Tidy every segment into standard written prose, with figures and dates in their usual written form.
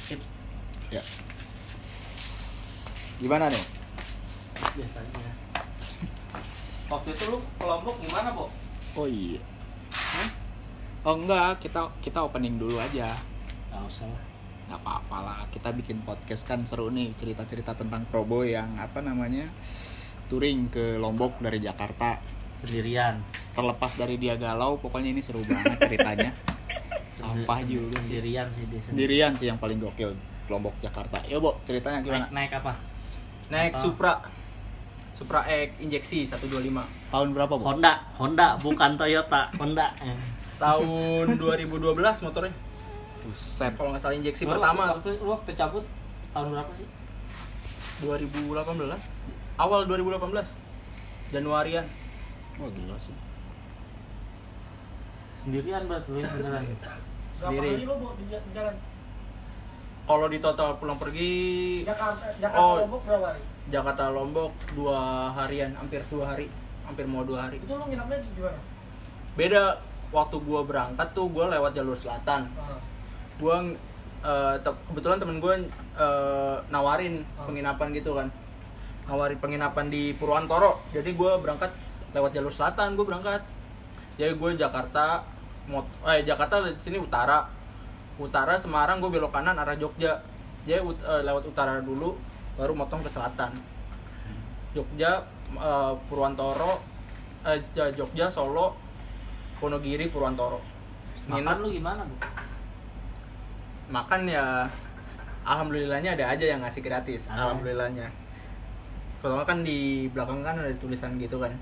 Sip. Ya. Gimana nih? Biasanya. Waktu itu lu ke Lombok gimana, Bo? Oh iya. Oh enggak, kita opening dulu aja. Enggak usah lah. Enggak apa-apa lah, kita bikin podcast kan seru nih, cerita-cerita tentang Probo yang touring ke Lombok dari Jakarta Sendirian. Terlepas dari dia galau, pokoknya ini seru banget ceritanya. Sampah juga sih. Sendirian sih dia. Sendirian sih yang paling gokil Lombok Jakarta. Yo, Bo, ceritanya gimana? Naik apa? Naik Atau- Supra X injeksi 125 Tahun berapa, Bo? Honda bukan Toyota, Honda. tahun 2012 motornya Buset. kalau nggak salah injeksi Lu pertama waktu cabut tahun berapa sih? 2018 awal 2018 Januarian. Wah, gila sih. Sendirian berarti lu yang beneran. Berapa Sendiri. hari lo bawa di jalan? Kalau di total pulang pergi Jakarta Oh. Lombok berapa hari? Jakarta Lombok 2 harian, hampir 2 hari, hampir mau 2 hari. Itu lo nginapnya di gimana? Beda waktu gua berangkat tuh gua lewat jalur selatan. Gua kebetulan temen gua nawarin penginapan gitu kan. Nawarin penginapan di Purwantoro. Jadi gua berangkat lewat jalur selatan, gua berangkat. Jadi gua Jakarta Jakarta di sini utara. Utara Semarang gua belok kanan arah Jogja. Jadi lewat utara dulu baru motong ke selatan. Jogja, Purwantoro, Jogja, Solo, Wonogiri, Purwantoro. Makan lu gimana, Bu? Makan ya alhamdulillahnya ada aja yang ngasih gratis. Ada. Alhamdulillahnya. Kalau kan di belakang kan ada tulisan gitu kan.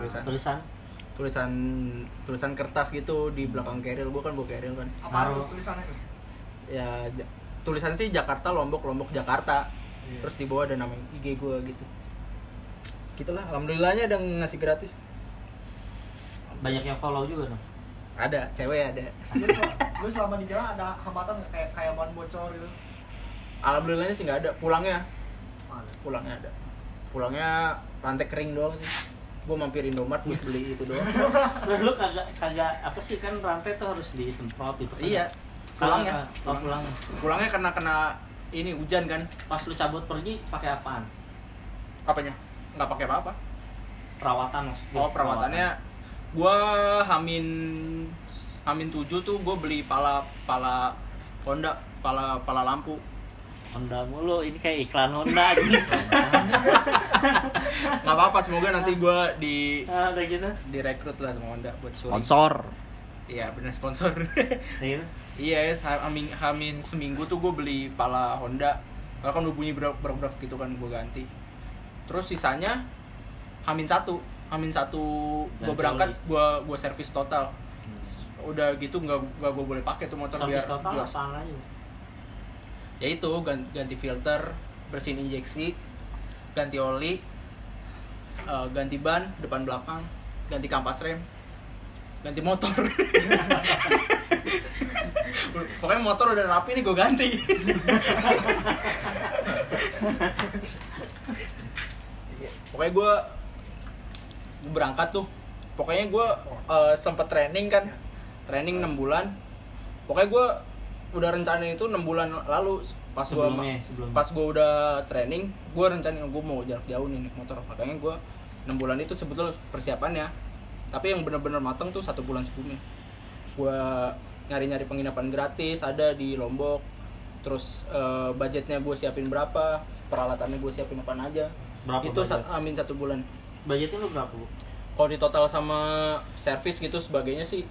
Tulisan kertas gitu di belakang carrier. Gua kan bawa carrier kan. Apa Naruh. tulisannya tuh? Ya tulisan sih Jakarta Lombok Jakarta. Iya. Terus di bawah ada nama IG gua gitu. Gitulah, alhamdulillahnya ada yang ngasih gratis. Banyak yang follow juga dong. Ada, cewek ada. Lu selama di jalan ada hambatan nggak kayak ban bocor gitu? Alhamdulillahnya sih nggak ada. Pulangnya Mana? ada. Pulangnya rantai kering doang sih. Gua mampir Indomaret buat beli itu doang. Terus lu kagak apa sih, kan rantai tuh harus disemprot itu kan. Iya. Pulangnya. Pulangnya karena kena ini hujan kan. Pas lu cabut pergi pakai apaan? Apanya? Nggak pakai apa-apa. Perawatan maksudnya. Oh, perawatannya gua Hamin 7 tuh gua beli pala Honda, pala lampu. Honda mulu, ini kayak iklan Honda gitu. Nggak apa-apa, semoga nanti gua Udah gitu. direkrut lah sama Honda buat suri. Sponsor. Iya, bener sponsor. Gitu. Iya, Hamin seminggu tuh gue beli pala Honda. Kalau kan udah bunyi berak gitu kan, gue ganti. Terus sisanya Hamin 1 gue berangkat, gue servis total. Udah gitu nggak gue boleh pakai tuh motor biar Servis total jelas. apaan aja? Ya itu ganti filter, bersihin injeksi, ganti oli, ganti ban depan belakang, ganti kampas rem, ganti motor. Pokoknya motor udah rapi nih gue ganti. Pokoknya gue berangkat tuh. Pokoknya gue sempet training kan. Training 6 bulan. Pokoknya gue udah rencana itu 6 bulan lalu pas Sebelumnya. gue udah training, gue rencana gue mau jarak jauh nih naik motor. Makanya gue 6 bulan itu sebetulnya persiapannya. Tapi yang benar-benar matang tuh 1 bulan sebelumnya. Gue nyari-nyari penginapan gratis ada di Lombok. Terus budgetnya gue siapin berapa, peralatannya gue siapin apa aja. Berapa Itu budget? amin 1 bulan. Budgetnya lu berapa, Bu? Kalau di total sama servis gitu sebagainya sih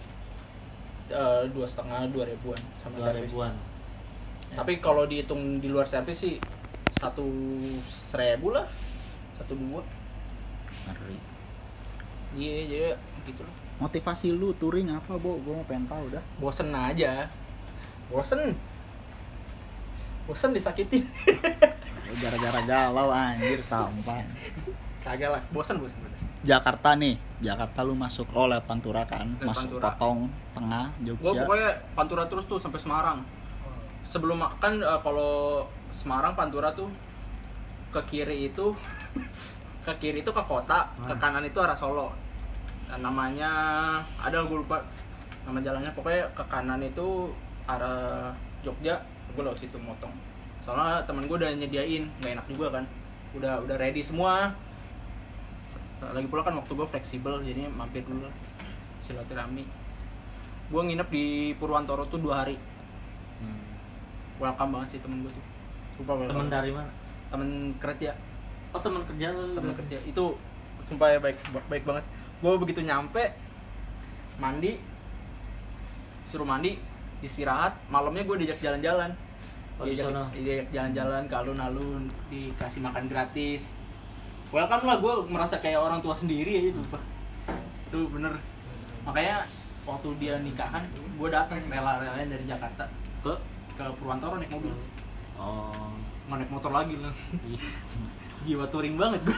2,5 2 ribuan sama 2 servis. ribuan. Tapi kalau dihitung di luar servis sih 1.000 lah, 1-2. Ngeri. Iya, jadi gitu loh. Motivasi lu touring apa, Bo? Gua mau pengen tahu dah. Bosen aja. Bosen disakitin. Gara-gara galau anjir, sampah. Kagak lah, bosen bener. Jakarta lu masuk lewat Pantura kan, Lewat masuk Pantura. potong tengah Gue Jogja. pokoknya Pantura terus tuh sampai Semarang. Sebelum makan kalau Semarang Pantura tuh ke kiri itu ke kota, ke kanan itu arah Solo. Dan namanya gue lupa nama jalannya. Pokoknya ke kanan itu arah Jogja, gue lewat situ motong. Soalnya temen gue udah nyediain, nggak enak juga kan, udah ready semua. Lagi pula kan waktu gue fleksibel, jadi mampir dulu silaturahmi. Gue nginep di Purwantoro tuh 2 hari. Welcome banget sih temen gue tuh. Sumpah welcome. Temen dari mana? Temen kerja. Oh temen kerja lu. Temen kerja itu sumpah ya baik banget. Gue begitu nyampe mandi, suruh mandi, istirahat, malamnya gue diajak jalan-jalan. Diajak jalan-jalan ke alun-alun, dikasih makan gratis. Welcome lah, gue merasa kayak orang tua sendiri aja lupa. Itu bener. Makanya waktu dia nikahan, gue datang rela-relain dari Jakarta ke Purwantoro naik mobil. Oh, Nggak naik motor lagi lah. Jiwa touring banget gue.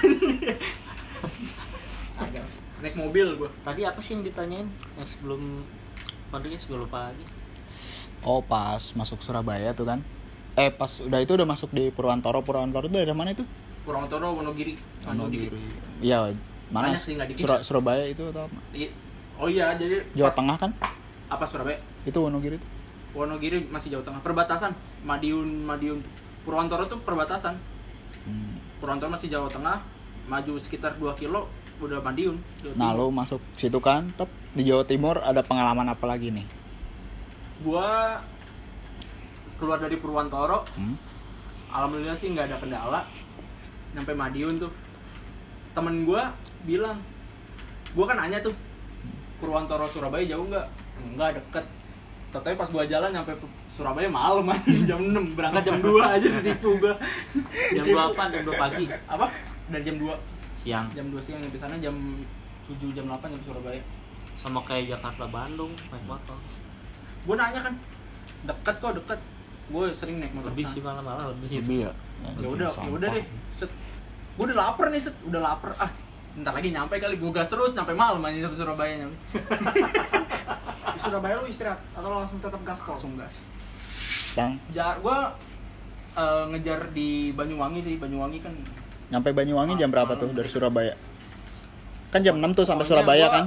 Agak naik mobil gue. tadi apa sih yang ditanyain yang sebelum podcast gue lupa lagi. Oh, pas masuk Surabaya tuh kan. Pas udah masuk di Purwantoro itu ada mana itu? Purwantoro, Wonogiri. Iya, mana? Banyak sih, nggak dikit. Surabaya itu atau apa? Oh iya, jadi Jawa Tengah kan? apa Surabaya? Itu Wonogiri itu. Wonogiri masih Jawa Tengah, perbatasan. Madiun Purwantoro tuh perbatasan. Purwantoro masih Jawa Tengah, maju sekitar 2 kilo udah Madiun. Nah, lo masuk situ kan, di Jawa Timur ada pengalaman apa lagi nih? Gua keluar dari Purwantoro, alhamdulillah sih nggak ada kendala. Nyampe Madiun tuh, temen gua bilang, gua kan nanya tuh, Purwantoro Surabaya jauh nggak? Enggak, deket. Tapi pas gua jalan nyampe Surabaya malam jam 6, berangkat jam 2 aja ditipu gua. Jam 2 pagi. Apa? Dari jam 2 Siang. Jam 2 siang nyampe sana, jam 7 jam 8 nyampe Surabaya. Sama kayak Jakarta Bandung naik motor. Gua nanya kan, deket. Gue sering naik motor. Lebih sih malah lebih. Lebih ya? Ya udah deh. Gue udah lapar nih, udah lapar. Bentar lagi nyampe kali, gue gas terus sampai malam aja sampai Surabaya nyampe. Di Surabaya lu istirahat atau langsung tetap gas kok? Langsung gas. Bang, Gue ngejar di Banyuwangi sih. Banyuwangi kan nyampe Banyuwangi jam berapa tuh dari Surabaya? Kan jam 6 tuh sampai pokoknya Surabaya gua kan?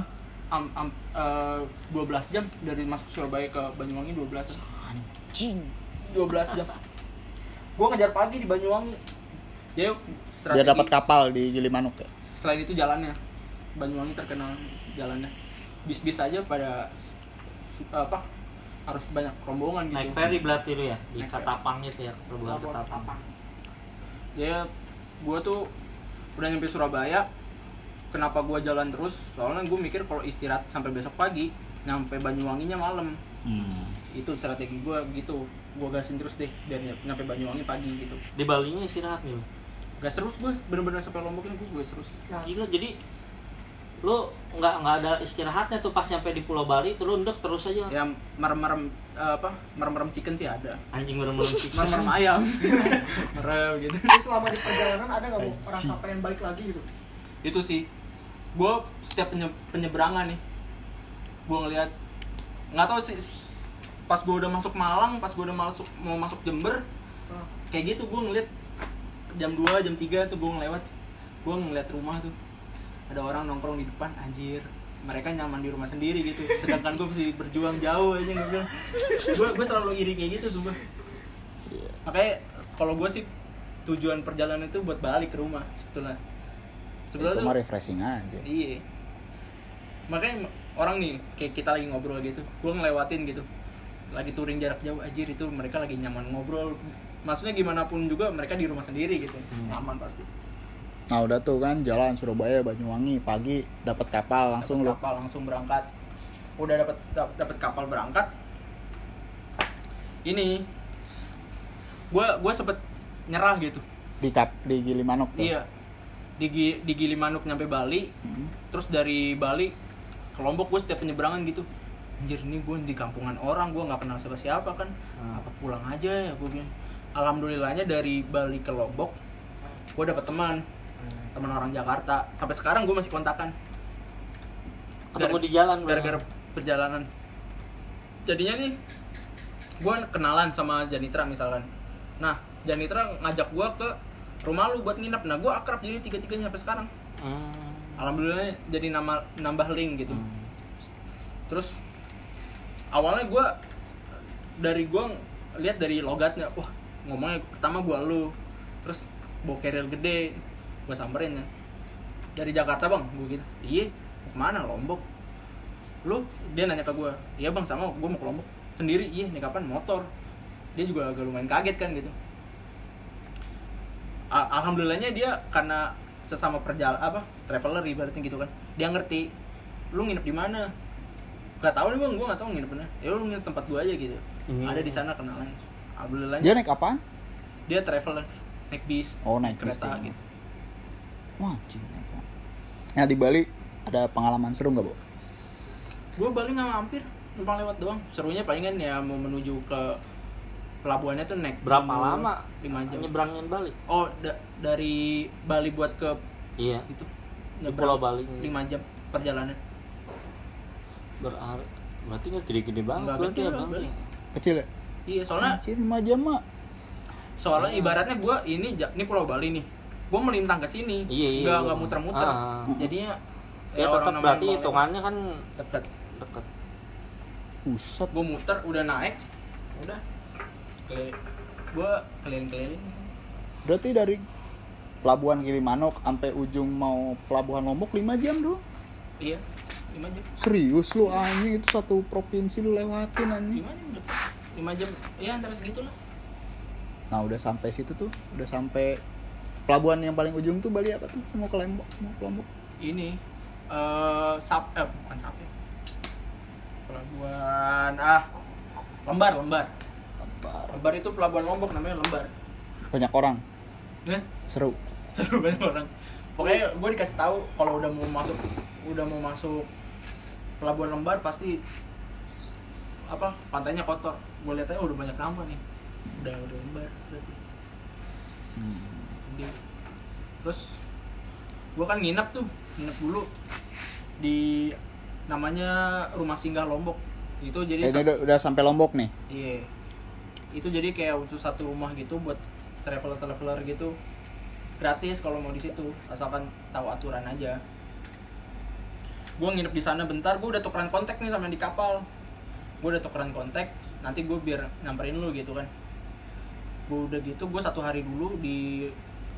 12 jam dari masuk Surabaya ke Banyuwangi, 12 Anjing. 12 jam. Gue ngejar pagi di Banyuwangi. Jadi Biar dapat kapal di Gilimanuk ya. Selain itu jalannya, Banyuwangi terkenal jalannya. Bis-bis aja pada harus banyak rombongan gitu. Naik ferry berarti lu ya di Naik Katapang itu ya, Pelabuhan Katapang. Ya, gue tuh udah nyampe Surabaya. Kenapa gue jalan terus? Soalnya gue mikir kalau istirahat sampai besok pagi, nyampe Banyuwanginya malam. Itu strategi gue gitu. Gue gasin terus deh biar nyampe Banyuwangi pagi gitu. Di Balinya istirahat nih. Gas terus gue, bener-bener sampai Lomboknya gue gas terus. Gila, jadi lu nggak ada istirahatnya tuh pas nyampe di Pulau Bali, terus ndek terus aja. Ya merem chicken sih ada. Anjing merem-merem sih. Merem ayam. Merem gitu. Jadi selama di perjalanan ada nggak mau rasa pengen balik lagi gitu? Itu sih. Gue setiap penyeberangan nih, gue ngeliat, nggak tahu sih, pas gue udah masuk Malang, pas gue udah mau masuk Jember, kayak gitu gue ngeliat jam 2, jam 3 tuh gue ngeliat rumah tuh ada orang nongkrong di depan, anjir, mereka nyaman di rumah sendiri gitu, sedangkan gue mesti berjuang jauh aja. Gue selalu iri kayak gitu sumpah. Makanya kalau gue sih tujuan perjalanan itu buat balik ke rumah sebetulnya. Itu mah refreshing aja. Iya. Makanya orang nih kayak kita lagi ngobrol gitu, gue ngelewatin gitu, lagi touring jarak jauh, anjir itu mereka lagi nyaman ngobrol. Maksudnya gimana pun juga mereka di rumah sendiri gitu, nyaman pasti. Nah udah tuh kan jalan Surabaya Banyuwangi pagi dapat kapal langsung lo. Kapal langsung berangkat. Udah dapat kapal berangkat. Ini gue sempet nyerah gitu. Di Gilimanuk tuh. Iya. Di Gilimanuk nyampe Bali. Terus dari Bali ke Lombok gue setiap penyeberangan gitu. Anjir ini gue di kampungan orang, gue nggak kenal siapa-siapa kan. Apa pulang aja ya gue bilang. Alhamdulillahnya dari Bali ke Lombok gue dapet teman orang Jakarta. Sampai sekarang gue masih kontakan. Ketemu di jalan gara-gara perjalanan. Jadinya nih gue kenalan sama Janitra misalkan. Nah Janitra ngajak gue ke rumah lu buat nginep. Nah gue akrab jadi 3-3-nya sampai sekarang. Alhamdulillah jadi nambah link gitu. Terus awalnya gue lihat dari logatnya, wah ngomongnya pertama gua lu, terus bawa carrier gede, gua samperin kan, dari Jakarta bang, gua gitu, iya mau kemana? Lombok. Lu, dia nanya ke gua, iya bang sama, gua mau ke Lombok sendiri. Iya nih kapan? Motor. Dia juga agak lumayan kaget kan gitu. Alhamdulillahnya dia karena sesama traveler ibaratnya gitu kan, dia ngerti lu nginep di mana. Gak tahu nih bang, gue gak tahu nginep mana. Ya lu nginep tempat gue aja gitu. Ada di sana kenalan. Alhamdulillahnya. Dia naik apaan? Dia traveler, naik bis. Oh, naik bis kereta dia. gitu. Wah, naik. Nah, di Bali ada pengalaman seru nggak, Bo? Gue Bali nggak mampir, numpang lewat doang. Serunya palingan ya mau menuju ke pelabuhannya tuh naik. Berapa lama 5 jam. nyebrangin Bali? Oh, dari Bali buat ke Iya. itu. Di Pulau Bali. 5 jam perjalanan. Berarti nggak gede-gede banget Nggak berarti gede ya lah, bang. Bali. Kecil ya? Iya, soalnya Anjir, 5 jam, Mak. soalnya ibaratnya gue ini Pulau Bali nih, gue melintang ke sini, Iya. nggak muter-muter. Ya Jadinya tetap orang berarti namanya hitungannya kan dekat. Pusat. Gue muter, udah naik, udah gue keliling-keliling. Berarti dari Pelabuhan Gilimanuk sampai ujung mau Pelabuhan Lombok 5 jam doang. Iya, 5 jam. Serius lu anjing, itu satu provinsi lu lewatin anjing. 5 jam dekat. 5 jam, ya antara segitulah. Nah, udah sampai situ tuh, udah sampai pelabuhan yang paling ujung tuh Bali apa tuh? Mau ke Lombok, mau ke Lombok. Ini bukan Sape. Pelabuhan Lembar. Lembar itu pelabuhan Lombok, namanya Lembar. Banyak orang. Nah, Seru. seru banget orang. Pokoknya gue dikasih tahu kalau udah mau masuk pelabuhan Lembar pasti pantainya kotor. Gue lihat aja udah banyak sampah nih. Udah Lembar berarti. Jadi, terus gue kan nginep dulu di namanya Rumah Singgah Lombok. Itu jadi udah sampai Lombok nih. iya. Itu jadi kayak untuk satu rumah gitu buat traveler gitu, gratis kalau mau di situ, asalkan tahu aturan aja. Gue nginep di sana bentar, gue udah tukeran kontak nih sama yang di kapal. Gue udah tukeran kontak, nanti gue biar nyamperin lu gitu kan. Gue udah gitu, gue 1 hari dulu di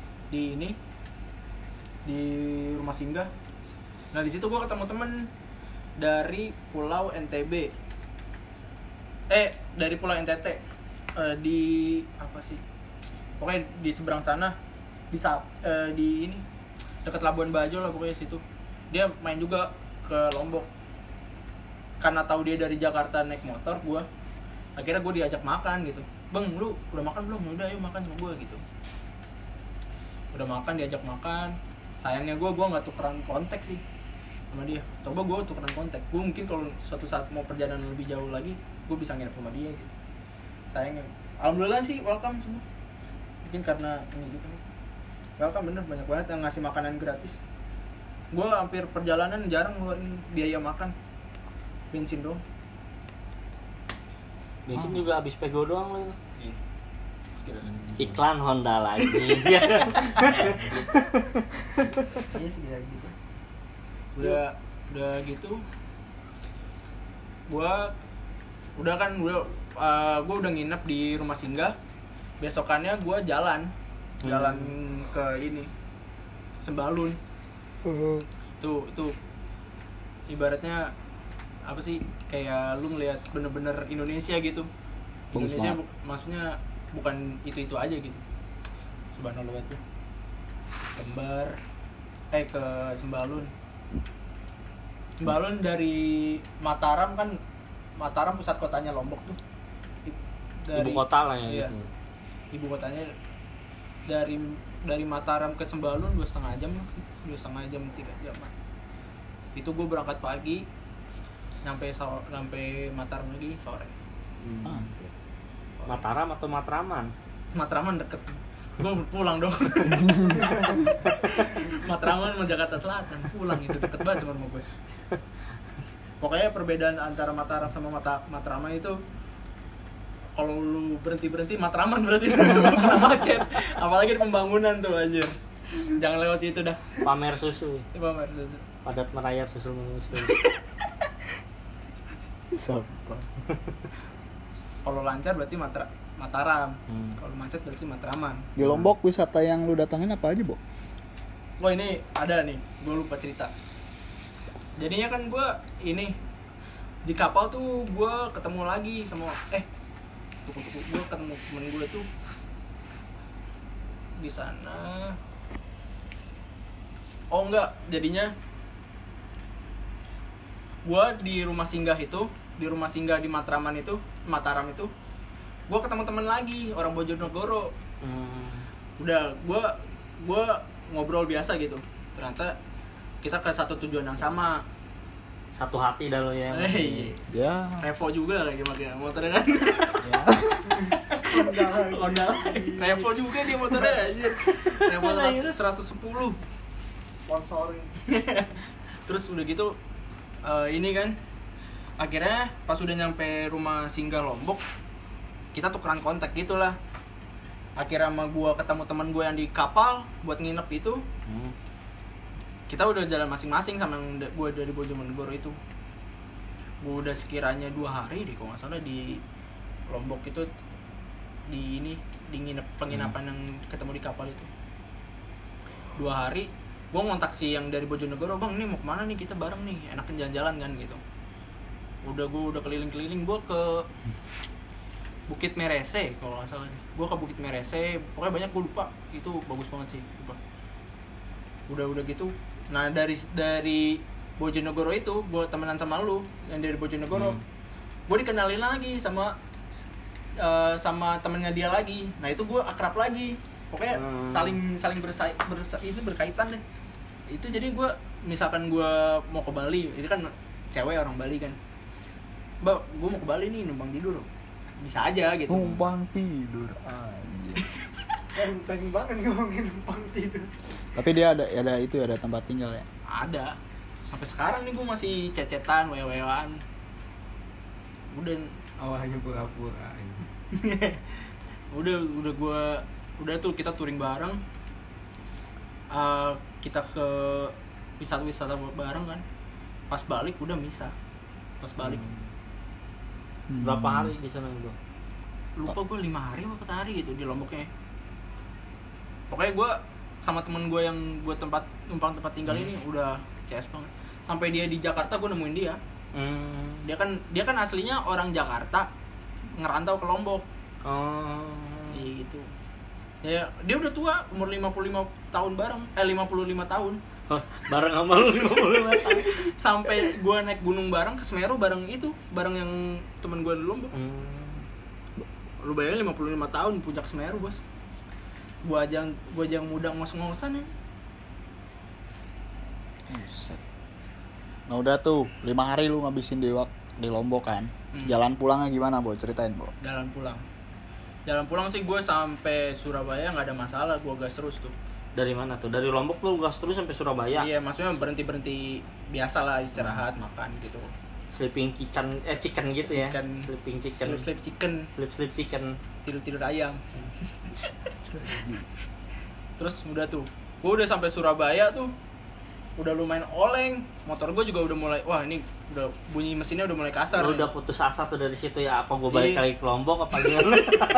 Rumah Singgah. Nah di situ gue ketemu temen dari Pulau NTB, dari Pulau NTT, di apa sih? Pokoknya di seberang sana, di ini dekat Labuan Bajo lah pokoknya situ. Dia main juga ke Lombok. Karena tahu dia dari Jakarta naik motor, akhirnya gue diajak makan gitu. Bang, lu udah makan belum? Udah, ayo makan sama gue gitu. Udah makan, diajak makan. Sayangnya gue nggak tukeran kontak sih sama dia. Coba gue tukeran kontak. Gue mungkin kalau suatu saat mau perjalanan lebih jauh lagi, gue bisa nginep sama dia gitu. Sayangnya. Alhamdulillah sih, welcome semua. Mungkin karena ini juga. Welcome bener, banyak banget yang ngasih makanan gratis. Gue hampir perjalanan jarang ngeluarin biaya makan. Bensin doang. Bensin juga habis pego doang lo. Iya. Iklan Honda lagi. Iya sekitar gitu. Udah gitu. Gue udah nginep di Rumah Singgah. Besokannya gue jalan ke ini Sembalun. Tuh ibaratnya apa sih, kayak lu ngeliat bener-bener Indonesia gitu. Bagus Indonesia banget. maksudnya bukan itu aja gitu. Subhanallah tuh. Ke Sembalun. Sembalun dari Mataram kan, Mataram pusat kotanya Lombok tuh. Ibu kota lah ya. Iya. Gitu. Ibu kotanya dari Mataram ke Sembalun 2,5 jam lah. 2,5 jam 3 jam. Itu gue berangkat pagi, nyampe Mataram lagi sore. Mataram atau Matraman? Matraman deket, gue pulang dong. Matraman sama Jakarta Selatan, pulang itu deket banget sama rumah gue. Pokoknya perbedaan antara Mataram sama Matraman itu, kalau lu berhenti Matraman berarti macet. Apalagi di pembangunan tuh anjir. Jangan lewat situ dah. Pamer susu. Pamer susu. Padat merayap susul menyusul. Sampah. Kalau lancar berarti Mataram. Kalau macet berarti Matraman. Di Lombok wisata yang lu datangin apa aja, Bo? Oh ini ada nih, gue lupa cerita. Jadinya kan gue ini di kapal tuh gue ketemu lagi sama gue ketemu temen gue tuh di sana. Oh enggak, jadinya gue di rumah singgah di Mataram itu, gue ketemu temen lagi orang Bojonegoro. Udah gue ngobrol biasa gitu, ternyata kita ke satu tujuan yang sama, satu hati dah lo ya. Ya. Revo juga lagi pakai motornya kan. Honda. Revo juga dia motornya anjir. Revo 110. Sponsoring. Terus udah gitu ini kan akhirnya pas udah nyampe rumah singgah Lombok, kita tukeran kontak gitulah. Akhirnya sama gue ketemu teman gue yang di kapal buat nginep itu. Kita udah jalan masing-masing sama yang gue dari Bojonegoro itu. Gue udah sekiranya 2 hari deh kalau nggak salah di Lombok itu, di penginapan yang ketemu di kapal itu. 2 hari gue ngontak si yang dari Bojonegoro, bang ini mau kemana nih, kita bareng nih, enakan jalan-jalan kan gitu. Gue udah keliling-keliling, gue ke Bukit Merese kalau nggak salah. Gue ke Bukit Merese, pokoknya banyak, gue lupa, itu bagus banget sih, lupa. Udah gitu. Nah dari Bojonegoro itu gue temenan sama lu yang dari Bojonegoro. Gue dikenalin lagi sama temennya dia lagi. Nah itu gue akrab lagi. Pokoknya saling berkaitan deh. Itu jadi gue misalkan gue mau ke Bali, ini kan cewek orang Bali kan. Mbak, gue mau ke Bali nih numpang tidur. Bisa aja gitu. Numpang tidur aja. Penting banget ngomongin numpang tidur. Tapi dia ada tempat tinggal ya? Ada. Sampai sekarang nih gue masih cecetan, wewe-wewan. Udah Awalnya pura-pura. udah tuh kita touring bareng. Kita ke wisata bareng kan. Pas balik udah misah. Pas balik. Berapa hari di sana lu? Lupa gue 5 hari apa 4 hari gitu di Lomboknya. Pokoknya gue sama temen gue yang gue numpang tempat tinggal ini udah CS banget. Sampai dia di Jakarta gue nemuin dia. Dia kan aslinya orang Jakarta, ngerantau ke Lombok. Iya gitu. Ya dia udah tua, umur 55 tahun bareng. 55 tahun. Bareng sama lu 55 tahun. Sampai gue naik gunung bareng ke Semeru bareng yang temen gue di Lombok. Lu bayangin 55 tahun puncak Semeru, Bos. Gua aja muda ngos-ngosan ya. Nah udah tuh 5 hari lu ngabisin di Lombok kan. Jalan pulangnya gimana, Bo? Ceritain, Bo. Jalan pulang sih gue sampai Surabaya nggak ada masalah, gue gas terus tuh. Dari mana tuh? Dari Lombok lu gas terus sampai Surabaya? Iya, maksudnya berhenti biasa lah, istirahat, makan gitu. Sleeping chicken gitu ya? Sleeping chicken. Sleep chicken. Tidur ayam. Terus udah tuh, gue udah sampai Surabaya tuh, udah lumayan oleng. Motor gue juga udah mulai, wah ini udah bunyi mesinnya udah mulai kasar. Lu udah putus asa tuh dari situ ya? Apa gue balik lagi ke Lombok apa gimana?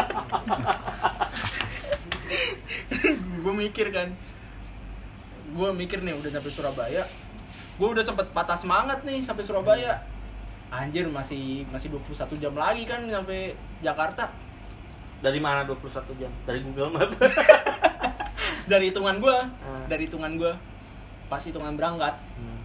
Gue mikir nih udah sampai Surabaya, gue udah sempet patah semangat nih sampai Surabaya. Anjir masih 21 jam lagi kan sampai Jakarta. Dari mana 21 jam? Dari Google Maps. Dari hitungan gue. Pas hitungan berangkat.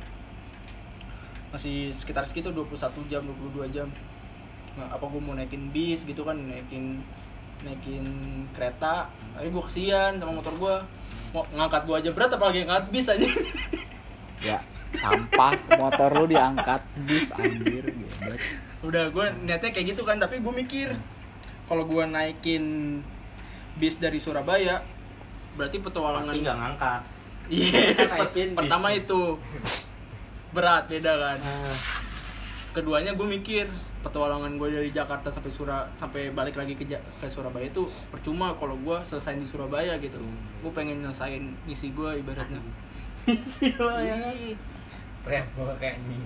Masih sekitar segitu 21 jam, 22 jam. Nah, apa gue mau naikin bis gitu kan, naikin kereta. Tapi gue kesian sama motor gue. Mau ngangkat gue aja berat apalagi ngangkat bis aja. Ya, sampah motor lu diangkat bis anjir gitu. Udah gue niatnya kayak gitu kan, tapi gue mikir kalau gue naikin bis dari Surabaya berarti petualangan pasti nggak ngangkat. Iya, pertama bis. itu berat, beda kan. Keduanya gue mikir petualangan gue dari Jakarta sampai balik lagi ke Surabaya itu percuma kalau gue selesai di Surabaya gitu. Gue pengen nyelesain misi gue ibaratnya. Misi lo ya. Gue kayak nih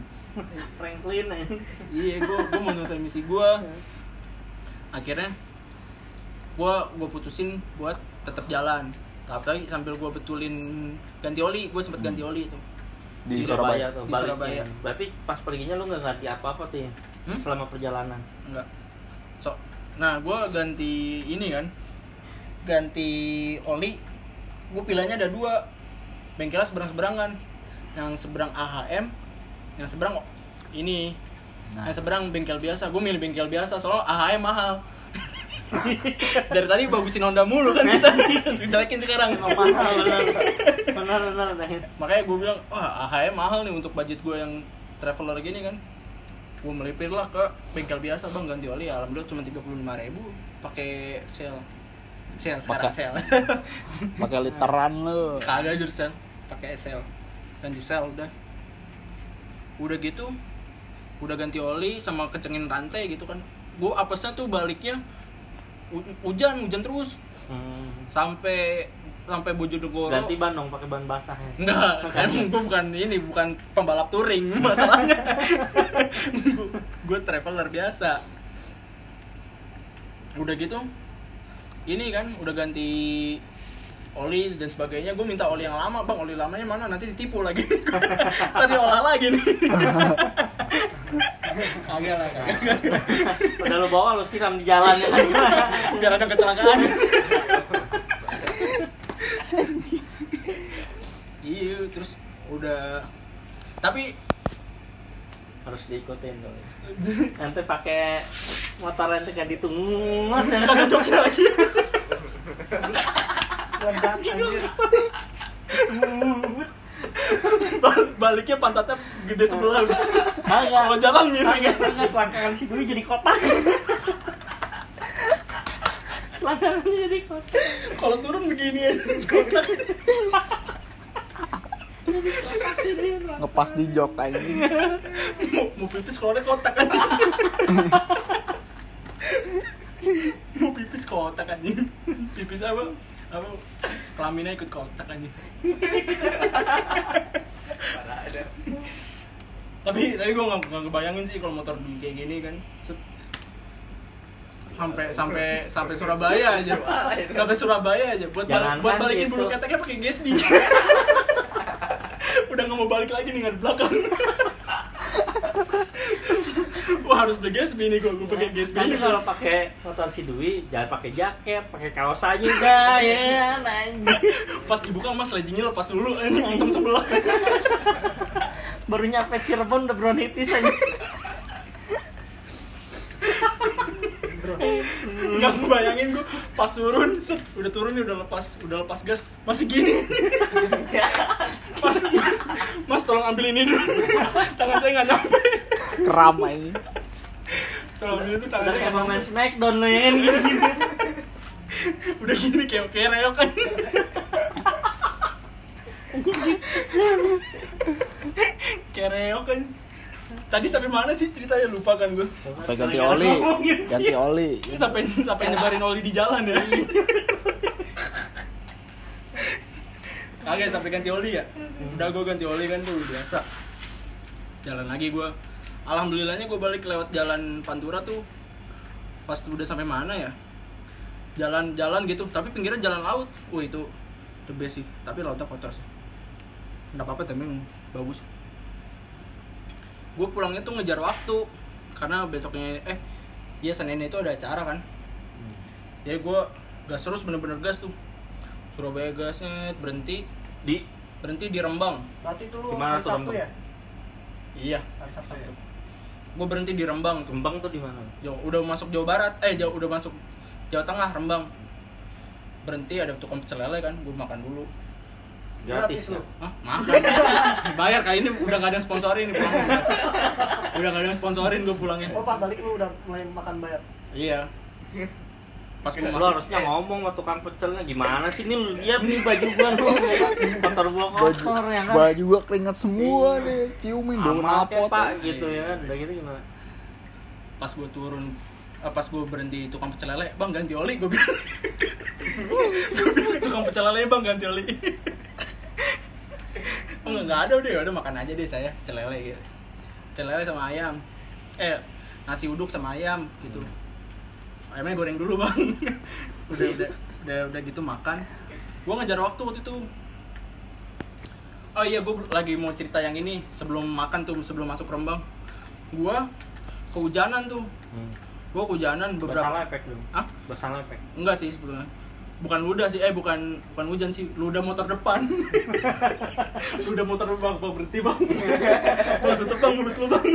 Franklin aja. Iya, gue mau nyelesain misi gue. Akhirnya gue putusin buat tetap jalan. Tapi sambil gue betulin ganti oli, gue sempet ganti oli itu Di Surabaya tuh, Di baliknya. Surabaya. Berarti pas perginya lu nggak ganti apa-apa tuh ya? Selama perjalanan. enggak. Nah gue ganti ini kan, ganti oli. Gue pilihannya ada 2, bengkelnya seberang-seberangan. Yang seberang AHM, yang seberang ini. Nah. Yang seberang bengkel biasa. Gue milih bengkel biasa soalnya AHM mahal. Dari tadi bagusin Honda mulu kan kita. Jelekin sekarang. Mahal benar. Makanya gue bilang, wah AHM mahal nih untuk budget gue yang traveler gini kan. Gue melipir lah ke bengkel biasa, bang ganti oli. Alhamdulillah cuma 35.000 pakai sel sekarang sel. Pakai literan lu. Kagak jur sel, pakai sel. Ganti sel udah gitu, udah ganti oli sama kencengin rantai gitu kan. Gue apesnya tuh baliknya hujan terus sampai Bojonegoro. Ganti ban dong, pakai ban basah ya. Enggak, emang gue bukan pembalap touring masalahnya. Gue traveler biasa. Udah gitu, ini kan udah ganti oli dan sebagainya. Gue minta oli yang lama, bang oli lamanya mana, nanti ditipu lagi. Tadi olah lagi nih. Kagak lah. Udah lu bawa, lu siram di jalan ya. Biar ada kecelakaan. Iya, terus udah. Tapi harus diikutin tuh. Nanti pakai motor nanti gak ditunggu. kagak joknya lagi. Baliknya pantatnya gede sebelah. Kalau jalan miring. Kagak selangkangan si Dwi jadi kotak. Selangkangannya jadi kotak. Kalau turun begini aja. Kotak. Ngepas di jok anjing. Mau pipis keluarnya kotak kan. Mau pipis kotak anjing. Pipis apa kelaminnya ikut kotak anjing. Tapi gue nggak ngebayangin sih kalau motor kayak gini kan. Sampai Surabaya aja. Sampai Surabaya aja buat balikin gitu. bulu keteknya pakai Gatsby. Udah nggak mau balik lagi nih nggak di belakang. Wah harus beli Gatsby nih gue pakai Gatsby. Tapi kalau pakai motor si Dwi jangan pakai jaket, pakai kaos aja dah ya anjing. Pas dibuka mas leggingnya lepas dulu anjing hitam sebelah. Baru nyampe Cirebon udah bronkitis aja. Nggak ngebayangin gue pas turun, udah turun nih udah lepas gas masih gini. Mas tolong ambil ini dulu. Tangan saya nggak nyampe. Keram ini. Tolong ambil itu tangan Udah saya kayak nggak main nyampe. Smackdown lo ya kan gini. Udah gini kayak reok kan. Kayak reok kan. Tadi sampai mana sih ceritanya, lupa kan gue. Sampai ganti oli. Ganti oli. Ini sampai nyebarin oli di jalan ya. Kagak sampai ganti oli ya. Udah gue ganti oli kan tuh biasa. Jalan lagi gue. Alhamdulillahnya gue balik lewat jalan Pantura tuh. Pas udah sampai mana ya? Jalan gitu, tapi pinggirnya jalan laut. Wah itu the best sih. Tapi lautnya kotor sih. Nggak apa-apa tapi emang bagus. Gue pulangnya tuh ngejar waktu karena besoknya Seninnya itu ada acara kan. Jadi gue gas terus, bener-bener gas tuh. Surabaya gasnya berhenti di Rembang. Berarti itu lu Gimana hari tuh, Sabtu Rembang? ya? Iya, Hari Sabtu ya? gue berhenti di Rembang tuh. Rembang tuh di mana? Udah masuk Jawa Barat, udah masuk Jawa Tengah, Rembang. Berhenti ada tukang pecel lele kan, gue makan dulu. Gratis lu? lu. Hah? Makan. Bayar kali ini udah gak ada yang sponsorin nih pulangnya. Udah gak ada yang sponsorin gue pulangnya. Oh pas balik lu udah mulai makan bayar? Iya. Pas gue Lu masuk harusnya ngomong sama tukang pecelnya, gimana sih nih lu lihat nih baju gua lu kotor gua kotor ya kan. Baju gua keringat semua nih. Ciumin bau Amal napot. Pak gitu ya kan. Udah gitu gimana? pas gue turun, pas gue berhenti tukang pecel lele, bang ganti oli, gue bilang. Gue bilang tukang pecel lele, bang ganti oli. Oh nggak ada udah makan aja deh saya pecel lele gitu. Pecel lele sama ayam, nasi uduk sama ayam gitu. ayamnya goreng dulu bang. udah gitu makan. Gue ngejar waktu itu. Oh iya, gue lagi mau cerita yang ini sebelum makan tuh, sebelum masuk Rembang. Gue kehujanan tuh. Gue kehujanan beberapa. Bersalah efek dong. Hah? Bersalah efek. Enggak sih sebetulnya. Bukan ludah sih, bukan hujan sih, ludah motor depan. Ludah motor depan, bang, berhenti bang. Bang, tutup bang mulut lu bang.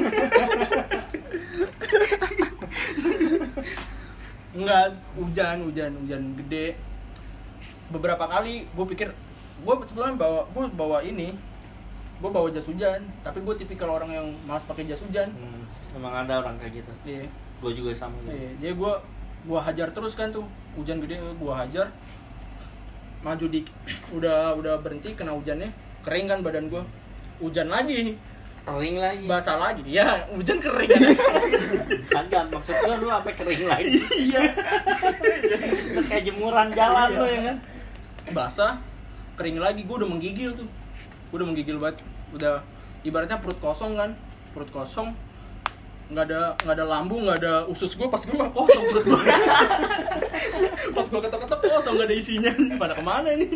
Enggak, hujan gede. Beberapa kali gue pikir, gue sebelumnya bawa jas hujan, tapi gue tipikal orang yang malas pakai jas hujan. Emang ada orang kayak gitu. Iya. Gue juga sama. Iya, jadi gue hajar terus kan tuh, hujan gede gue hajar. Maju udah berhenti kena hujannya, kering kan badan gue. Hujan lagi. Kering lagi. Basah lagi. Ya, hujan kering. Kagak, maksud gue lu sampai kering lagi. Iya. Lu kayak jemuran jalan lu ya kan. Basah, kering lagi, gue udah menggigil tuh. Gue udah menggigil banget. Udah ibaratnya perut kosong kan. Perut kosong. Nggak ada lambung, nggak ada usus gue, pas gue mah kosong perut gue. Pas gue ketok-ketok kosong, nggak ada isinya. Pada kemana ini?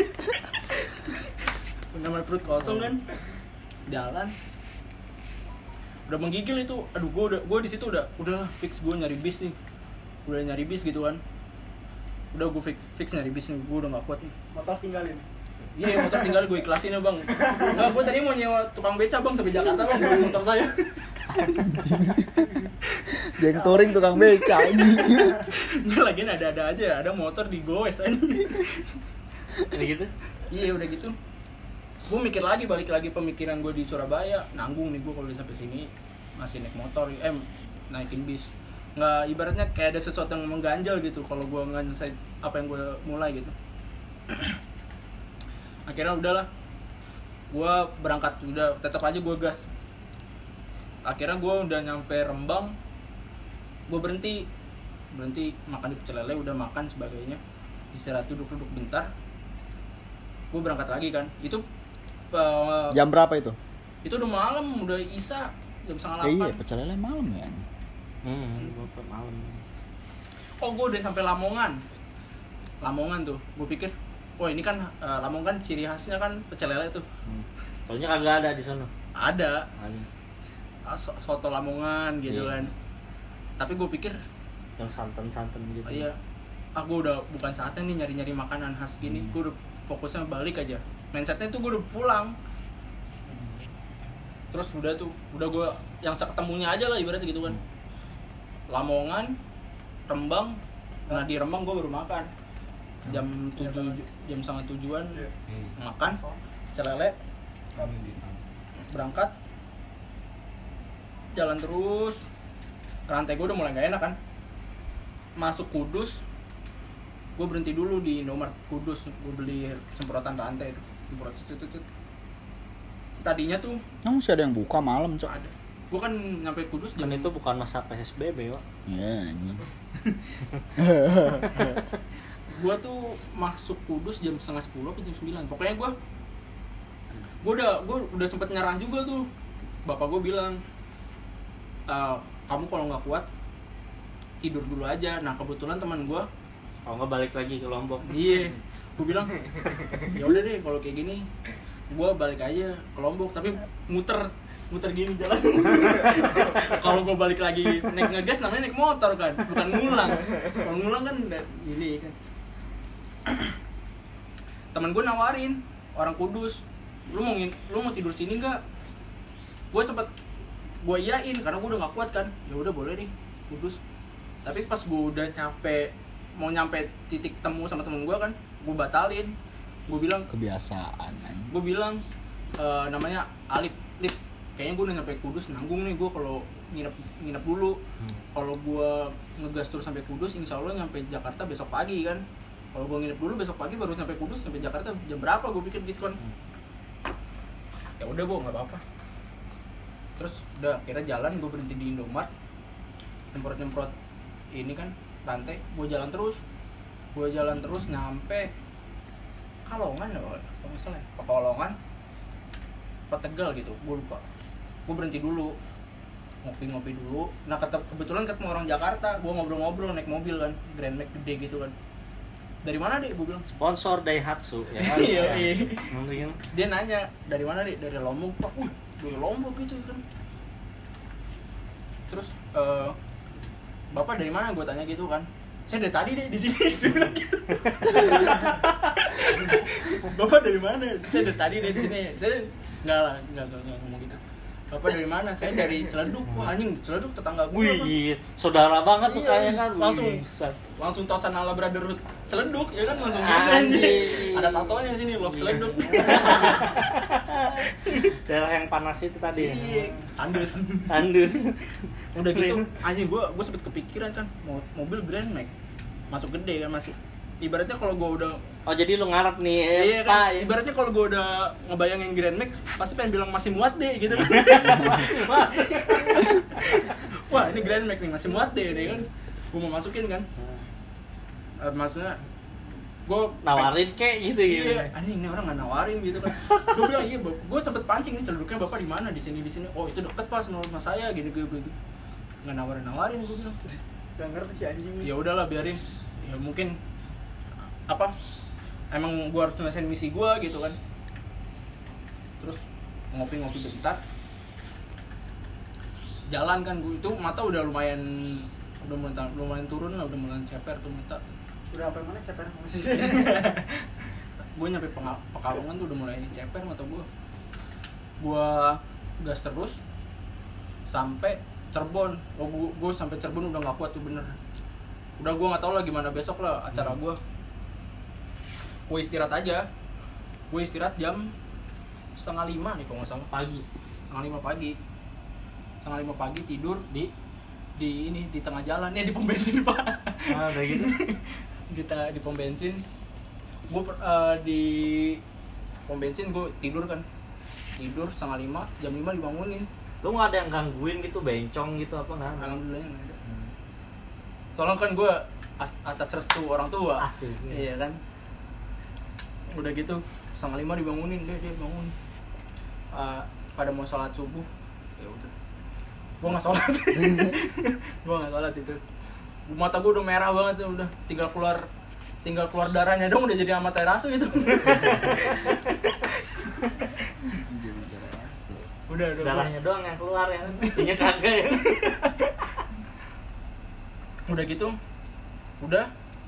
Namanya perut kosong kan. Jalan. Udah menggigil itu. Aduh, gue di situ udah fix gue nyari bis nih. Udah nyari bis gitu kan. Udah gue fix nyari bis nih, gue udah nggak kuat nih. Motor tinggalin. Iya, motor tinggal gue ikhlasin ya bang. Enggak, gue tadi mau nyewa tukang beca bang sampai Jakarta bang, bawa motor saya. Geng touring tukang beca ini. Ini lagi ada aja, ada motor di goes aja. Kayak gitu. Iya udah gitu. Gue mikir lagi, balik lagi pemikiran gue di Surabaya, nanggung nih gue kalau sampai sini masih naik motor, naikin bis. Nggak, ibaratnya kayak ada sesuatu yang mengganjal gitu kalau gue nggak nyelesain apa yang gue mulai gitu. Akhirnya udahlah, gue berangkat, udah tetap aja gue gas. Akhirnya gue udah nyampe Rembang, gue berhenti makan di pecel lele, udah makan sebagainya, istirahat duduk bentar, gue berangkat lagi kan. Itu Jam berapa itu? Itu udah malam, udah Isya jam 7:30. Iya, pecel lele malam ya. Gue malam. Oh, gue udah sampai Lamongan tuh, gue pikir wah ini kan Lamongan ciri khasnya kan pecel lele tuh. Soalnya kagak ada di sana. Ada. Soto Lamongan gitu kan. Tapi gue pikir yang santan gitu. Oh iya. Aku udah bukan saatnya nih nyari-nyari makanan khas gini. Gue udah fokusnya balik aja. Mindsetnya tuh gue udah pulang. Terus udah gue yang seketemunya aja lah ibaratnya gitu kan. Lamongan, Rembang. Nah di Rembang gue baru makan. Jam 7:30 makan pecel lele. Berangkat. Jalan terus. Rantai gue udah mulai gak enak kan. Masuk Kudus, gue berhenti dulu di Indomaret Kudus, gue beli semprotan rantai itu, semprot cut. Tadinya tuh Masih ada yang buka malam, Cok. ada. Gue kan nyampe Kudus Dan itu bukan masa PSBB, Pak. Iya, anjing. Gue tuh masuk Kudus jam 9:30 atau jam 9. Pokoknya gue udah sempet nyerah juga tuh. Bapak gue bilang, kamu kalau nggak kuat tidur dulu aja. Nah kebetulan teman gue, Kalau nggak balik lagi ke Lombok. iya, gue bilang ya udah deh kalau kayak gini, gue balik aja ke Lombok tapi muter gini jalan. Kalau gue balik lagi naik ngegas namanya naik motor kan, bukan ngulang. Kalau ngulang kan gini kan. Teman gue nawarin, orang Kudus, lu mau tidur sini nggak? Gue iyain karena gue udah nggak kuat kan. Ya udah boleh deh Kudus. Tapi pas gue udah mau nyampe titik temu sama temen gue kan, gue batalin. Gue bilang Kebiasaan anjing. gue bilang namanya Alip, Lip, kayaknya gue udah nyampe Kudus, nanggung nih gue kalau nginep dulu. Kalau gue ngegas terus sampai Kudus, insya Allah nyampe Jakarta besok pagi kan. Kalau gue nginep dulu besok pagi baru nyampe Kudus, sampai Jakarta jam berapa gue pikir gitu kan. Ya udah gue nggak apa-apa. Terus udah akhirnya jalan, gue berhenti di Indomaret, nyemprot ini kan rantai. Gue jalan terus nyampe Kalongan ya kalau nggak salah, Pekalongan, Tegal gitu, gue lupa. Gue berhenti dulu ngopi-ngopi dulu. Nah kebetulan ketemu orang Jakarta, gue ngobrol-ngobrol naik mobil kan, Grand Max gede gitu kan. Dari mana Dik? Gue bilang Sponsor Daihatsu ya kan. iya. Mungkin Dia nanya dari mana Dik? Dari Lombok Pak. Dari Lombok gitu kan. Terus Bapak dari mana? Gue tanya gitu kan. Saya dari tadi deh di sini. Dia bilang gitu. Bapak dari mana? Saya dari tadi deh di sini. Saya enggak ngomong gitu. Bapak dari mana? Saya dari Ciledug. Wah anjing, Ciledug tetangga gue. wih, saudara banget tuh Iya, kayaknya kan. Langsung tosan ala Brotherhood Ciledug ya kan langsung Anjing. ada tatonya di sini Love Ciledug. Daerah yang panas itu tadi. Iya, Andus. Udah gitu anjing gue sempet kepikiran kan mobil Grand Max masuk gede kan masih ibaratnya kalau gue udah Oh jadi lu ngarep nih iya kan Pak. ibaratnya kalau gue udah ngebayangin Grand Max pasti pengen bilang masih muat deh gitu kan. Wah ini Grand Max nih masih muat deh kan gue mau masukin kan. Maksudnya gue Nawarin kek gitu gitu. iya anjing ini orang nggak nawarin gitu kan. Gue bilang iya gue sempet pancing ini Ciledugnya Bapak di mana di sini oh itu deket pas menurut mas saya gini nggak nawarin gue bilang. Gak ngerti si anjing. Ya udahlah biarin ya mungkin apa emang gue harus nyelesain misi gue gitu kan. Terus ngopi-ngopi bentar jalan kan gue itu mata udah lumayan turun lah udah mulai ceper tuh mata. Udah apa mana ceper masih. Gue nyampe Pekalongan tuh udah mulai ceper mata gue gas terus sampai Cirebon. Gue sampai Cirebon udah nggak kuat tuh bener. Udah gue nggak tahu lah gimana besok lah acara gue. Gue istirahat aja. Gue istirahat jam 4:30 nih kalau nggak salah Pagi. 4:30 pagi tidur di tengah jalan ya di pom bensin Pak. Ah udah gitu. Di pom bensin. Gue di pom bensin gue tidur kan. Tidur 4:30 jam 5 dibangunin. Lu nggak ada yang gangguin gitu, bencong gitu apa nggak? Alhamdulillah nggak ada. Soalnya kan gue atas restu orang tua. Asik. Iya kan. Udah gitu 4:30 dibangunin dia bangun. Pada mau sholat subuh. Ya udah. Gue nggak sholat. Gue nggak sholat itu. Mata gue udah merah banget udah. Tinggal keluar darahnya dong udah jadi Amaterasu itu. Udah Darahnya doang yang keluar ya. Intinya kagak ya. Udah gitu. Udah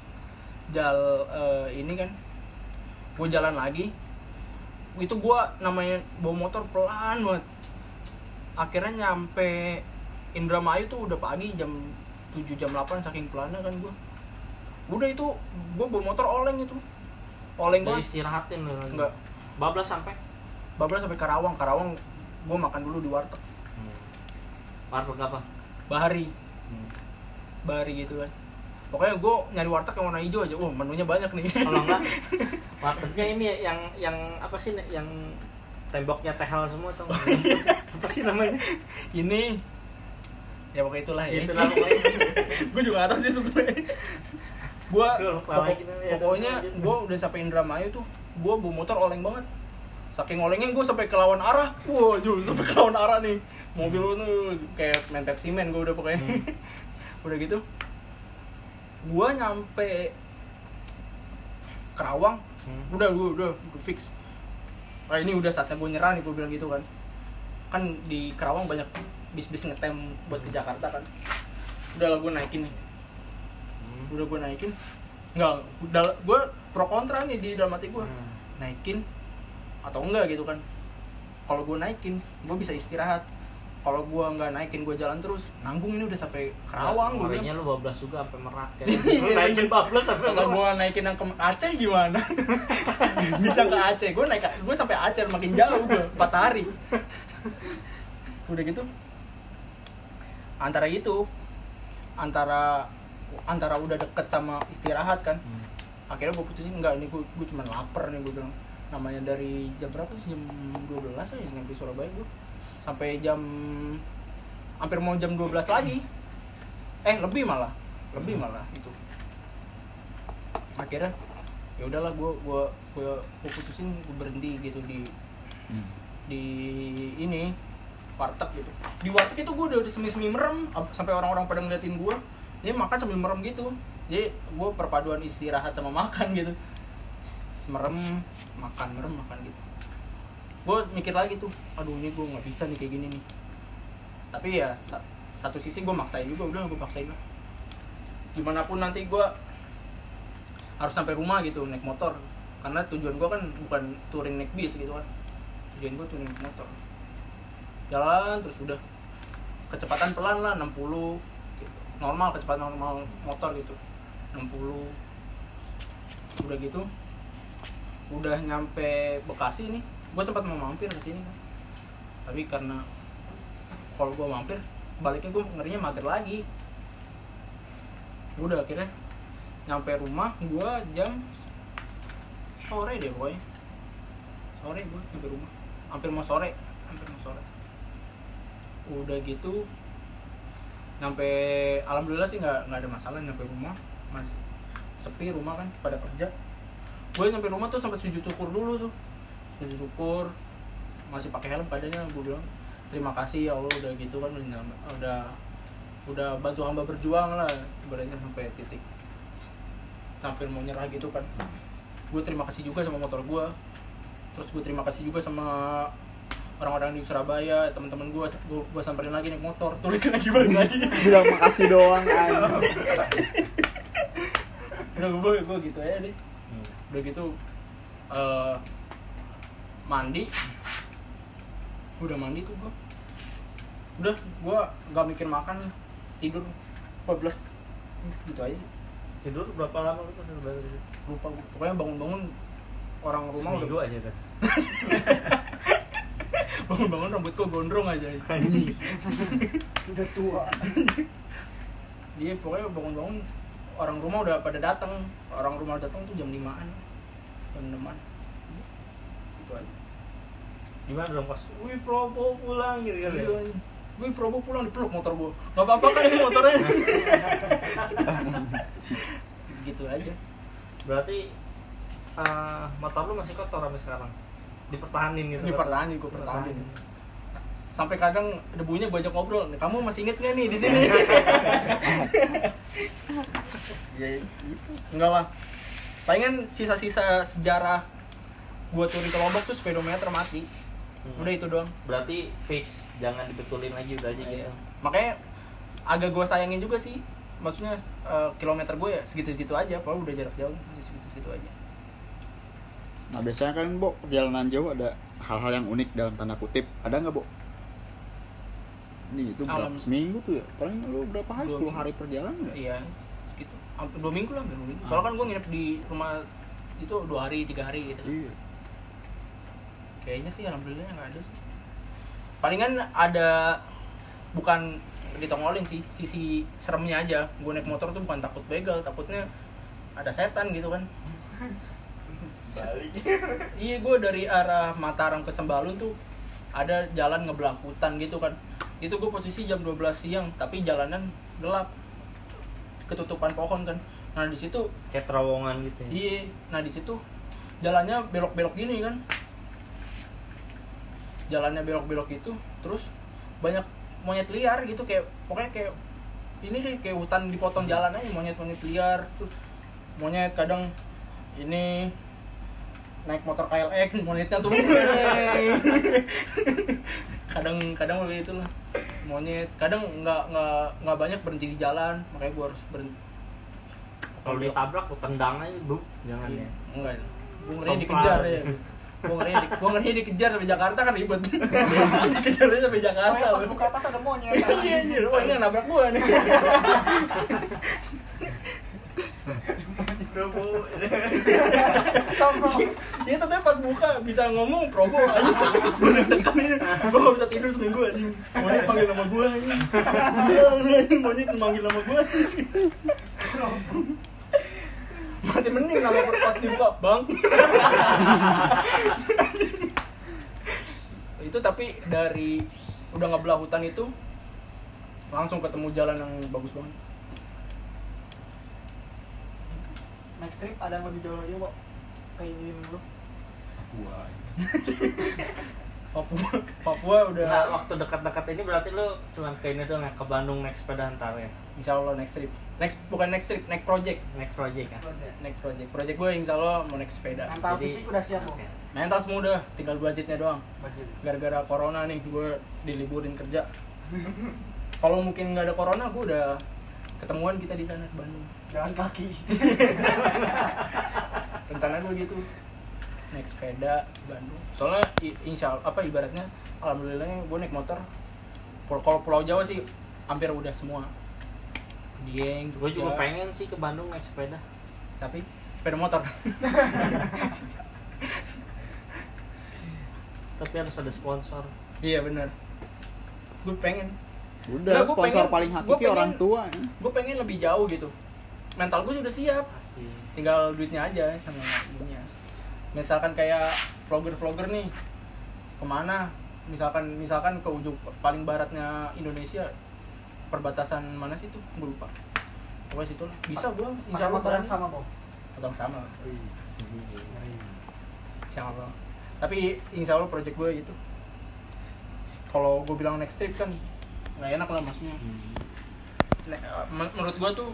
ini kan. Gue jalan lagi. Itu gue namanya bawa motor pelan banget. Akhirnya nyampe Indramayu tuh udah pagi jam 7 jam 8 saking pelannya kan gue. Udah itu gue bawa motor oleng itu. Oleng Udah banget. istirahatin lu. Enggak. Bablas sampai Karawang gue makan dulu di warteg. Warteg apa? Bahari gitu kan. Pokoknya gue nyari warteg yang warna hijau aja. Menunya banyak nih. Kalau enggak wartegnya ini yang apa sih yang temboknya tehel semua tuh. Apa sih namanya? Ini ya pokoknya itulah ya. Itulah pokoknya. Gue juga gak tau sih sebenernya. Pokoknya gue udah sampai Indramayu tuh. Gue bawa motor oleng banget. Saking olengnya gue sampai ke lawan arah. Sampai ke lawan arah nih. Mobil tuh kayak main Pepsi Man gue udah pokoknya. Udah gitu gue nyampe Kerawang. Udah fix. Ini udah saatnya gue nyerah nih, gue bilang gitu kan. Kan di Kerawang banyak bis-bis ngetem buat ke Jakarta kan. Udah lah gue naikin nih. Udah gue naikin. Gue pro kontra nih di dalam hati gue. Naikin atau enggak gitu kan. Kalau gue naikin, gue bisa istirahat. Kalau gue nggak naikin, gue jalan terus. Nanggung ini udah sampai Kerawang. Gue bilang. Lu bablas juga sampai Merak ya. Lu naikin bablas sampai Kalau gue naikin yang ke Aceh gimana? Bisa ke Aceh. Gue sampai Aceh makin jauh gue 4 hari. Udah gitu. Antara udah deket sama istirahat kan. Akhirnya gue putusin enggak, ini gue cuma lapar nih, gue bilang. Namanya dari jam berapa sih? Jam 12 lah ya nyampe Surabaya gue. Sampai hampir mau jam 12 lagi. Lebih malah itu. Akhirnya ya udahlah gue putusin gue berhenti gitu di ini warteg gitu. Di warteg itu gue udah semi merem sampai orang-orang pada ngeliatin gue. Dia makan sambil merem gitu. Jadi gue perpaduan istirahat sama makan gitu. Merem makan gitu. Gue mikir lagi tuh, aduh ini gue nggak bisa nih kayak gini nih. Tapi ya satu sisi gue maksain juga, udah gue paksain lah. Gimana pun nanti gue harus sampai rumah gitu naik motor. Karena tujuan gue kan bukan touring naik bis gitu kan. Tujuan gue touring naik motor. Jalan terus udah kecepatan pelan lah 60 gitu. Normal, kecepatan normal motor gitu 60. Udah gitu udah nyampe Bekasi nih, gue sempat mau mampir ke sini kan. Tapi karena kalau gue mampir baliknya gue ngerinya mager lagi. Udah akhirnya nyampe rumah gue jam sore deh pokoknya. Sore gue nyampe rumah, hampir mau sore. Udah gitu nyampe, alhamdulillah sih nggak ada masalah nyampe rumah, masih sepi rumah kan pada kerja. Gue nyampe rumah tuh sampai sujud syukur dulu tuh, sujud syukur masih pakai helm keadaannya. Gue bilang terima kasih ya Allah udah gitu kan, udah bantu hamba berjuang lah ibaratnya sampai titik hampir mau nyerah gitu kan. Gue terima kasih juga sama motor gue, terus gue terima kasih juga sama orang-orang di Surabaya, teman-teman gue samperin lagi naik motor, tulisin lagi balik lagi. Bilang makasih doang aja. Udah gue gitu aja deh. Udah gitu mandi. Udah mandi tuh gue. Udah gue gak mikir makan, tidur 14 gitu aja sih. Tidur berapa lama lu pas balik? Lupa gue. Pokoknya bangun-bangun orang rumah seminggu udah aja kan. bangun-bangun rambut gue gondrong aja. Udah tua. Dia pokoknya bangun-bangun orang rumah udah pada datang. Orang rumah datang tuh jam 5-an. Jam 6-an. Itu aja. Gimana dong pas, wih Probo pulang gitu kan ya? Wih Probo pulang, dipeluk motor gue. Gak apa-apa kan ini motornya. Gitu aja. Berarti motor lu masih kotor sampai sekarang? Dipertahanin gitu? Dipertahanin, gue pertahanin. Sampai kadang debunya gue ajak ngobrol, kamu masih inget gak nih di sini? Ya gitu. Enggak lah. Palingan sisa-sisa sejarah gue touring ke Lombok tuh speedometer mati. Udah itu doang. Berarti fix, jangan dibetulin lagi udah aja gitu. Makanya agak gue sayangin juga sih. Maksudnya kilometer gue ya segitu-segitu aja, padahal udah jarak jauh masih segitu-segitu aja. Nah biasanya kan Bo, perjalanan jauh ada hal-hal yang unik dalam tanda kutip. Ada nggak Bo? Ini itu berapa seminggu tuh ya? Paling lu berapa hari? 10 hari perjalanan nggak? Iya, segitu. 2 minggu lah, 2 minggu. Soalnya kan gue nginep di rumah itu 2 hari, 3 hari gitu. Iya. Kayaknya sih alhamdulillah nggak ada sih. Palingan ada, bukan ditongolin sih, sisi seremnya aja. Gue naik motor tuh bukan takut begal, takutnya ada setan gitu kan. Balik. Iya, gue dari arah Mataram ke Sembalun tuh ada jalan ngebelah hutan gitu kan. Itu gue posisi jam 12 siang, tapi jalanan gelap, ketutupan pohon kan. Nah di situ Kayak terowongan gitu ya? iya, nah di situ jalannya belok-belok gini kan. Jalannya belok-belok gitu, terus banyak monyet liar gitu, kayak pokoknya kayak ini deh, kayak hutan dipotong jalan aja, monyet-monyet liar. Terus monyet kadang ini naik motor KLX, monyetnya tuh kadang begitu lah monyet. Kadang nggak banyak berhenti di jalan, makanya gue harus berhenti. Kalau ditabrak lu tendang aja bu, jangan Iya. ya. Enggak, gue ngeri dikejar ya. Gue ngeri dikejar sampai Jakarta kan ribet. Dikejarnya sampai Jakarta. Pas buka atas ada monyet. Iya anjir, wah ini yang nabrak gue nih. Probo. Dia tetep pas buka bisa ngomong Probo aja. Gue gak bisa tidur seminggu aja. Monyet panggil nama gue aja. Monyet manggil nama gue. Masih mending nama pas dibuka Bang. Itu tapi dari udah ngebelah hutan itu langsung ketemu jalan yang bagus banget. Next trip ada yang lebih jauh lagi, Bo? Kayak gini lu. Papua udah. Nah, waktu dekat-dekat ini berarti lu cuma ke ini doang ya, ke Bandung naik sepeda antar ya. Insya Allah next trip. Bukan next trip, next project. Next project ya. Next project. Project gue insya Allah mau naik sepeda. Mental Jadi- fisik udah siap, Bang. Oke. Mental semua udah, tinggal budgetnya doang. Budget. Gara-gara corona nih gue diliburin kerja. Kalau mungkin nggak ada corona gue udah ketemuan kita di sana di Bandung. Jalan kaki. Rencana gue gitu. Naik sepeda di Bandung. Soalnya insya Allah ibaratnya alhamdulillahnya gue naik motor. Kalau Pulau Jawa sih hampir udah semua. Dieng, Gue juga Jogja. pengen sih ke Bandung naik sepeda. Tapi sepeda motor. Tapi harus ada sponsor. Iya benar. Gue pengen. Udah, Nggak, gua sponsor pengen- paling gua hakiki orang pengen- tua ya. Gue pengen lebih jauh gitu. Mental gue sudah siap. Asik. Tinggal duitnya aja sama duitnya. Misalkan kayak vlogger nih kemana? Misalkan ke ujung paling baratnya Indonesia, perbatasan mana sih tuh? Gue lupa. Pokoknya situ lah. Bisa gue. Pakai motor yang sama, Bang. Motor sama. Insya Allah. Tapi insya Allah project gue gitu. Kalau gue bilang next trip kan nggak enak lah maksudnya. Menurut gue tuh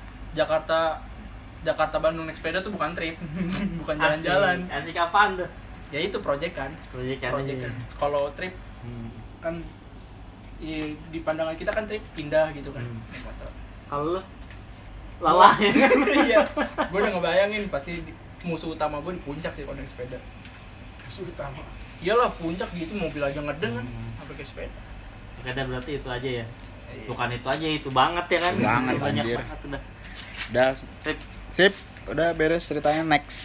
Jakarta Bandung naik sepeda tuh bukan trip, bukan jalan-jalan. Asik kapan tuh? Ya itu project kan. Project kan. Project kan. Kalau trip kan di pandangan kita kan trip pindah gitu kan. Naik motor. Kalau lu lalah ya kan? Iya. Gue udah ngebayangin pasti musuh utama gue di puncak sih kalau naik sepeda. Musuh utama. Iyalah puncak gitu mobil aja ngeden kan sampai ke sepeda. Sepeda berarti itu aja ya. Iya. Bukan itu aja, itu banget ya kan? Itu banget, Banyak anjir. banget udah. Udah, Sip. sip, udah beres ceritanya. Next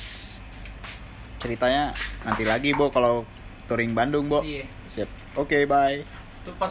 ceritanya nanti lagi, Bo, kalau touring Bandung, Bo. Iya. Sip. Oke, bye.